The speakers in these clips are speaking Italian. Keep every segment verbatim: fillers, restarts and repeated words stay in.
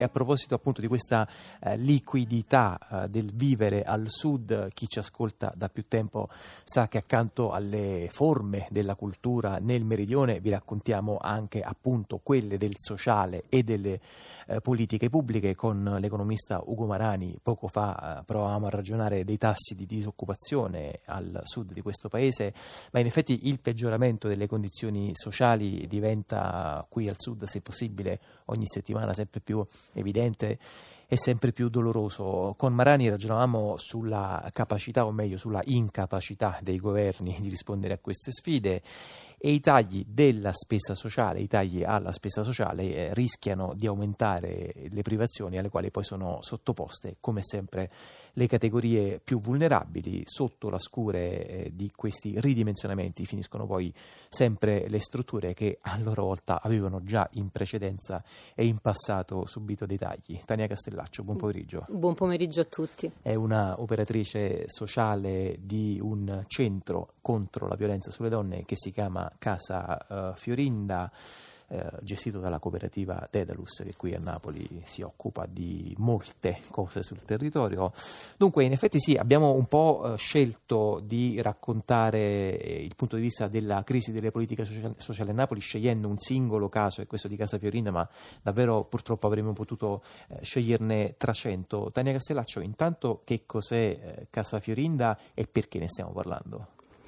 E a proposito appunto di questa eh, liquidità eh, del vivere al sud, chi ci ascolta da più tempo sa che accanto alle forme della cultura nel meridione vi raccontiamo anche appunto quelle del sociale e delle eh, politiche pubbliche. Con l'economista Ugo Marani poco fa eh, provavamo a ragionare dei tassi di disoccupazione al sud di questo paese, ma in effetti il peggioramento delle condizioni sociali diventa qui al sud, se possibile, ogni settimana sempre più evidente e sempre più doloroso. Con Marani ragionavamo sulla capacità, o meglio sulla incapacità dei governi di rispondere a queste sfide, e i tagli della spesa sociale, i tagli alla spesa sociale eh, rischiano di aumentare le privazioni alle quali poi sono sottoposte, come sempre, le categorie più vulnerabili. Sotto la scure eh, di questi ridimensionamenti finiscono poi sempre le strutture che a loro volta avevano già in precedenza e in passato subito dei tagli. Tania Castellaccio, buon pomeriggio. Buon pomeriggio a tutti. È una operatrice sociale di un centro contro la violenza sulle donne che si chiama Casa uh, Fiorinda, eh, gestito dalla cooperativa Dedalus, che qui a Napoli si occupa di molte cose sul territorio. Dunque, in effetti sì, abbiamo un po' eh, scelto di raccontare eh, il punto di vista della crisi delle politiche sociali, sociali a Napoli, scegliendo un singolo caso, e questo di Casa Fiorinda, ma davvero purtroppo avremmo potuto eh, sceglierne tra cento. Tania Castellaccio, intanto che cos'è eh, Casa Fiorinda e perché ne stiamo parlando?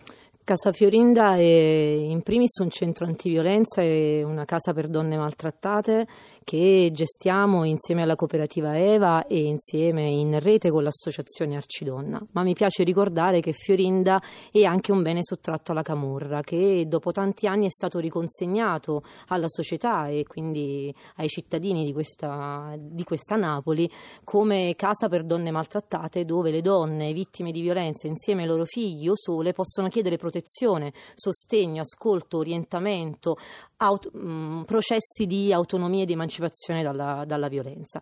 Casa Fiorinda è in primis un centro antiviolenza e una casa per donne maltrattate che gestiamo insieme alla cooperativa Eva e insieme in rete con l'associazione Arcidonna. Ma mi piace ricordare che Fiorinda è anche un bene sottratto alla camorra, che dopo tanti anni è stato riconsegnato alla società e quindi ai cittadini di questa, di questa Napoli come casa per donne maltrattate, dove le donne vittime di violenza insieme ai loro figli o sole possono chiedere protezione protezione, sostegno, ascolto, orientamento, auto, mh, processi di autonomia e di emancipazione dalla, dalla violenza.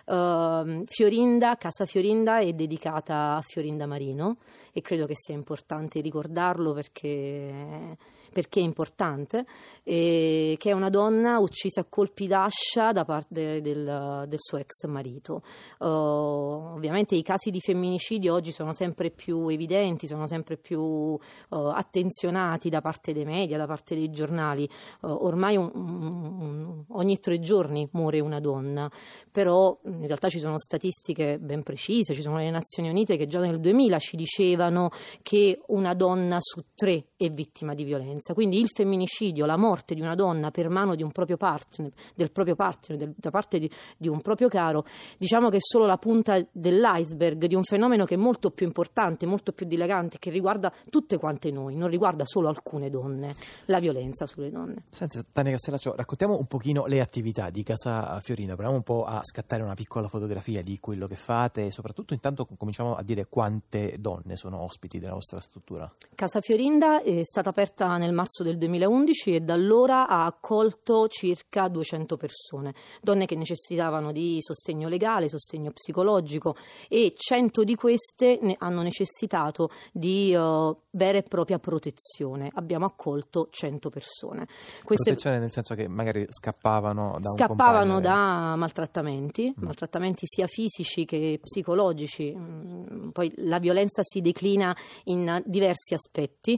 Uh, Fiorinda, Casa Fiorinda è dedicata a Fiorinda Marino e credo che sia importante ricordarlo perché, perché è importante, e, che è una donna uccisa a colpi d'ascia da parte del, del suo ex marito. Uh, ovviamente i casi di femminicidio oggi sono sempre più evidenti, sono sempre più uh, attenzionati da parte dei media, da parte dei giornali. Uh, ormai un, un, ogni tre giorni muore una donna, però in realtà ci sono statistiche ben precise, ci sono le Nazioni Unite che già nel duemila ci dicevano che una donna su tre è vittima di violenza. Quindi il femminicidio, la morte di una donna per mano di un proprio partner, del proprio partner, del, da parte di, di un proprio caro, diciamo che è solo la punta dell'iceberg di un fenomeno che è molto più importante, molto più dilagante, che riguarda tutte quante noi, non riguarda solo alcune donne, la violenza sulle donne. Senti, Tania Castellaccio, raccontiamo un pochino le attività di Casa Fiorinda, proviamo un po' a scattare una piccola fotografia di quello che fate e soprattutto intanto cominciamo a dire quante donne sono ospiti della vostra struttura. Casa Fiorinda è stata aperta nel marzo del duemilaundici e da allora ha accolto circa duecento persone, donne che necessitavano di sostegno legale, sostegno psicologico, e cento di queste ne hanno necessitato di uh, vera e propria protezione. Abbiamo accolto cento persone. Queste protezione nel senso che magari scappavano da scappavano un da maltrattamenti, mm. maltrattamenti sia fisici che psicologici. Poi la violenza si declina in diversi aspetti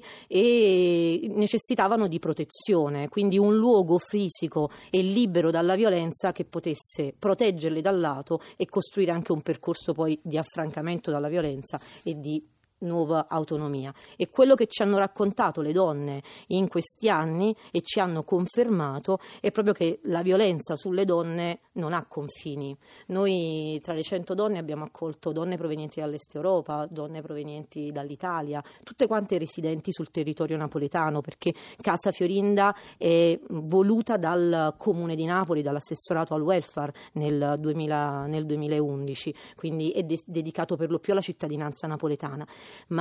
e necessitavano di protezione, quindi un luogo fisico e libero dalla violenza che potesse proteggerle dal lato e costruire anche un percorso poi di affrancamento dalla violenza e di nuova autonomia. E quello che ci hanno raccontato le donne in questi anni e ci hanno confermato è proprio che la violenza sulle donne non ha confini. Noi tra le cento donne abbiamo accolto donne provenienti dall'Est Europa, donne provenienti dall'Italia, tutte quante residenti sul territorio napoletano, perché Casa Fiorinda è voluta dal Comune di Napoli, dall'assessorato al welfare nel, duemila, nel duemilaundici, quindi è de- dedicato per lo più alla cittadinanza napoletana. Ma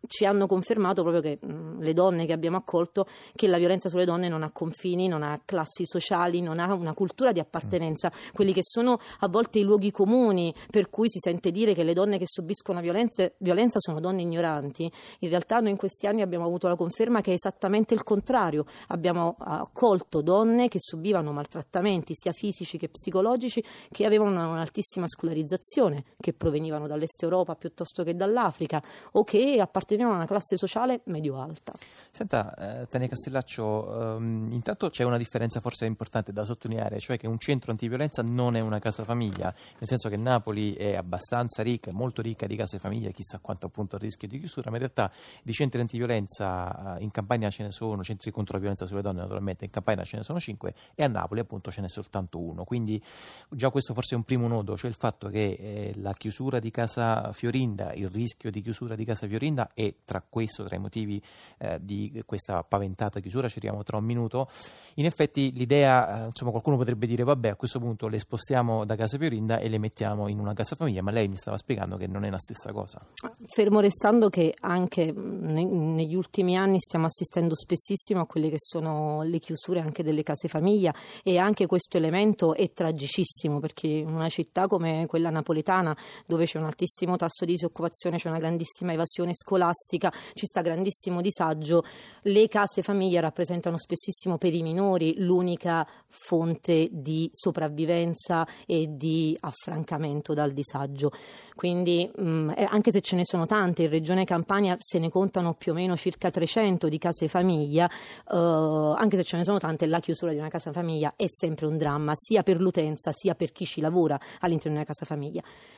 ci hanno confermato proprio che mh, le donne che abbiamo accolto, che la violenza sulle donne non ha confini, non ha classi sociali, non ha una cultura di appartenenza, quelli che sono a volte i luoghi comuni per cui si sente dire che le donne che subiscono violenza, violenza sono donne ignoranti. In realtà noi in questi anni abbiamo avuto la conferma che è esattamente il contrario, abbiamo accolto donne che subivano maltrattamenti sia fisici che psicologici, che avevano una, un'altissima scolarizzazione, che provenivano dall'Est Europa piuttosto che dall'Africa o che appartenevano a una classe sociale medio-alta. Senta, eh, Tania Castellaccio, ehm, intanto c'è una differenza forse importante da sottolineare, cioè che un centro antiviolenza non è una casa famiglia, nel senso che Napoli è abbastanza ricca, molto ricca di case famiglia, chissà quanto appunto il rischio di chiusura, ma in realtà di centri antiviolenza in Campania ce ne sono, centri contro la violenza sulle donne naturalmente in Campania ce ne sono cinque e a Napoli appunto ce n'è soltanto uno, quindi già questo forse è un primo nodo, cioè il fatto che eh, la chiusura di Casa Fiorinda, il rischio di chiusura di Casa Fiorinda e tra questo, tra i motivi eh, di questa paventata chiusura, ci arriviamo tra un minuto, in effetti l'idea, eh, insomma qualcuno potrebbe dire vabbè a questo punto le spostiamo da Casa Fiorinda e le mettiamo in una casa famiglia, ma lei mi stava spiegando che non è la stessa cosa. Fermo restando che anche ne, negli ultimi anni stiamo assistendo spessissimo a quelle che sono le chiusure anche delle case famiglia e anche questo elemento è tragicissimo perché in una città come quella napoletana dove c'è un altissimo tasso di disoccupazione, c'è una grandissima evasione scolastica, ci sta grandissimo disagio, le case famiglia rappresentano spessissimo per i minori l'unica fonte di sopravvivenza e di affrancamento dal disagio. Quindi mh, anche se ce ne sono tante, in Regione Campania se ne contano più o meno circa trecento di case famiglia, eh, anche se ce ne sono tante, la chiusura di una casa famiglia è sempre un dramma, sia per l'utenza sia per chi ci lavora all'interno di una casa famiglia.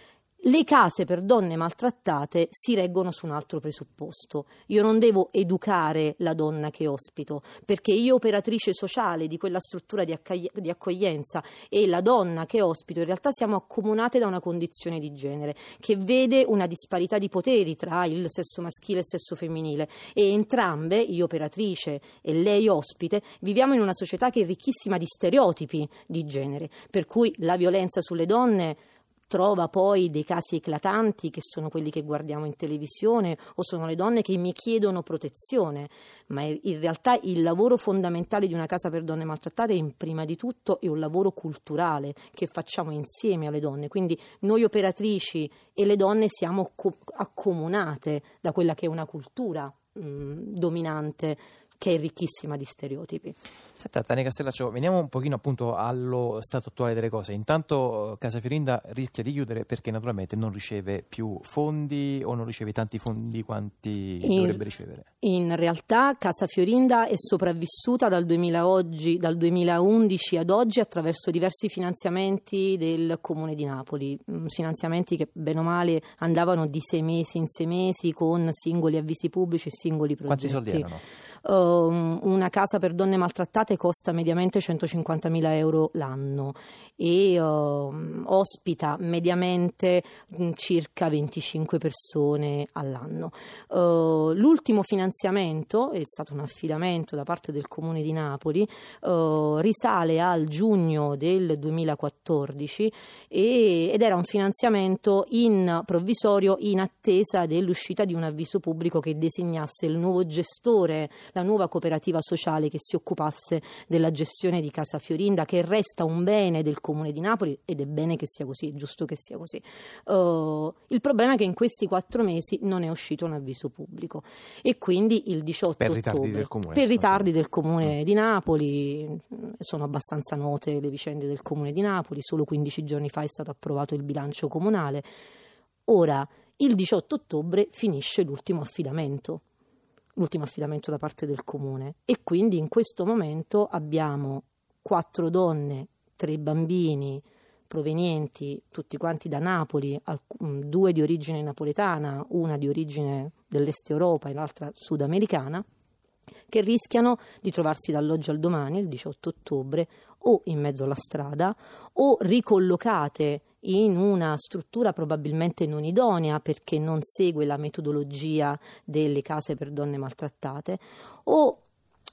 Le case per donne maltrattate si reggono su un altro presupposto. Io non devo educare la donna che ospito, perché io operatrice sociale di quella struttura di, accagli- di accoglienza e la donna che ospito in realtà siamo accomunate da una condizione di genere che vede una disparità di poteri tra il sesso maschile e il sesso femminile e entrambe, io operatrice e lei ospite, viviamo in una società che è ricchissima di stereotipi di genere, per cui la violenza sulle donne trova poi dei casi eclatanti che sono quelli che guardiamo in televisione o sono le donne che mi chiedono protezione, ma in realtà il lavoro fondamentale di una casa per donne maltrattate in prima di tutto è un lavoro culturale che facciamo insieme alle donne, quindi noi operatrici e le donne siamo co- accomunate da quella che è una cultura mh, dominante che è ricchissima di stereotipi. Senta, Tania Castellaccio, veniamo un pochino appunto allo stato attuale delle cose. Intanto Casa Fiorinda rischia di chiudere perché naturalmente non riceve più fondi o non riceve tanti fondi quanti in, dovrebbe ricevere. In realtà Casa Fiorinda è sopravvissuta dal duemila oggi, dal duemilaundici ad oggi attraverso diversi finanziamenti del Comune di Napoli, finanziamenti che bene o male andavano di sei mesi in sei mesi con singoli avvisi pubblici e singoli progetti. Quanti soldi erano? Uh, una casa per donne maltrattate costa mediamente centocinquantamila euro l'anno e uh, ospita mediamente mh, circa venticinque persone all'anno. Uh, l'ultimo finanziamento, è stato un affidamento da parte del Comune di Napoli, uh, risale al giugno del duemilaquattordici e, ed era un finanziamento in provvisorio in attesa dell'uscita di un avviso pubblico che designasse il nuovo gestore, la nuova cooperativa sociale che si occupasse della gestione di Casa Fiorinda, che resta un bene del Comune di Napoli ed è bene che sia così, è giusto che sia così. Uh, il problema è che in questi quattro mesi non è uscito un avviso pubblico e quindi il diciotto per ritardi ottobre, del Comune, per ritardi del Comune di Napoli, sono abbastanza note le vicende del Comune di Napoli, solo quindici giorni fa è stato approvato il bilancio comunale. Ora, il diciotto ottobre finisce l'ultimo affidamento. l'ultimo affidamento da parte del Comune e quindi in questo momento abbiamo quattro donne, tre bambini provenienti tutti quanti da Napoli, due di origine napoletana, una di origine dell'Est Europa e l'altra sudamericana, che rischiano di trovarsi dall'oggi al domani, il diciotto ottobre, o in mezzo alla strada o ricollocate in una struttura probabilmente non idonea perché non segue la metodologia delle case per donne maltrattate o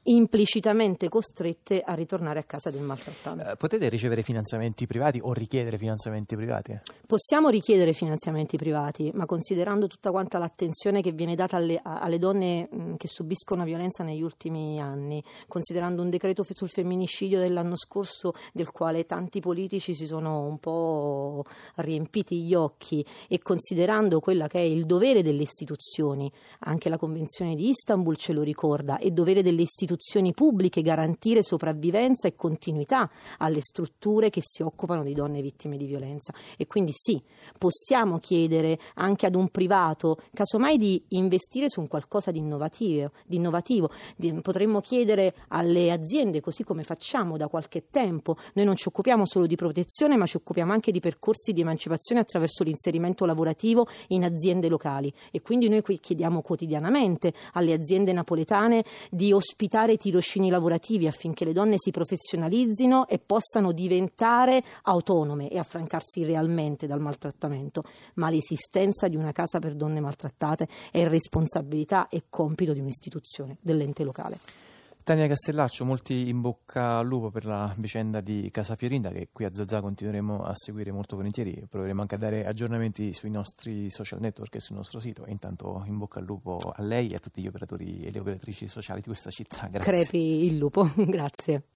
implicitamente costrette a ritornare a casa del maltrattante. Eh, potete ricevere finanziamenti privati o richiedere finanziamenti privati? Possiamo richiedere finanziamenti privati, ma considerando tutta quanta l'attenzione che viene data alle, alle donne mh, che subiscono violenza negli ultimi anni, considerando un decreto sul femminicidio dell'anno scorso del quale tanti politici si sono un po' riempiti gli occhi, e considerando quella che è il dovere delle istituzioni, anche la Convenzione di Istanbul ce lo ricorda, è dovere delle istituzioni pubbliche garantire sopravvivenza e continuità alle strutture che si occupano di donne vittime di violenza. E quindi sì, possiamo chiedere anche ad un privato, casomai, di investire su un qualcosa di innovativo, di innovativo. Di, potremmo chiedere alle aziende, così come facciamo da qualche tempo. Noi non ci occupiamo solo di protezione, ma ci occupiamo anche di percorsi di emancipazione attraverso l'inserimento lavorativo in aziende locali, e quindi noi qui chiediamo quotidianamente alle aziende napoletane di ospitare tirocini lavorativi affinché le donne si professionalizzino e possano diventare autonome e affrancarsi realmente dal maltrattamento. Ma l'esistenza di una casa per donne maltrattate è responsabilità e compito di un'istituzione, dell'ente locale. Tania Castellaccio, molti in bocca al lupo per la vicenda di Casa Fiorinda, che qui a Zazà continueremo a seguire molto volentieri. Proveremo anche a dare aggiornamenti sui nostri social network e sul nostro sito. E intanto in bocca al lupo a lei e a tutti gli operatori e le operatrici sociali di questa città. Grazie. Crepi il lupo. Grazie.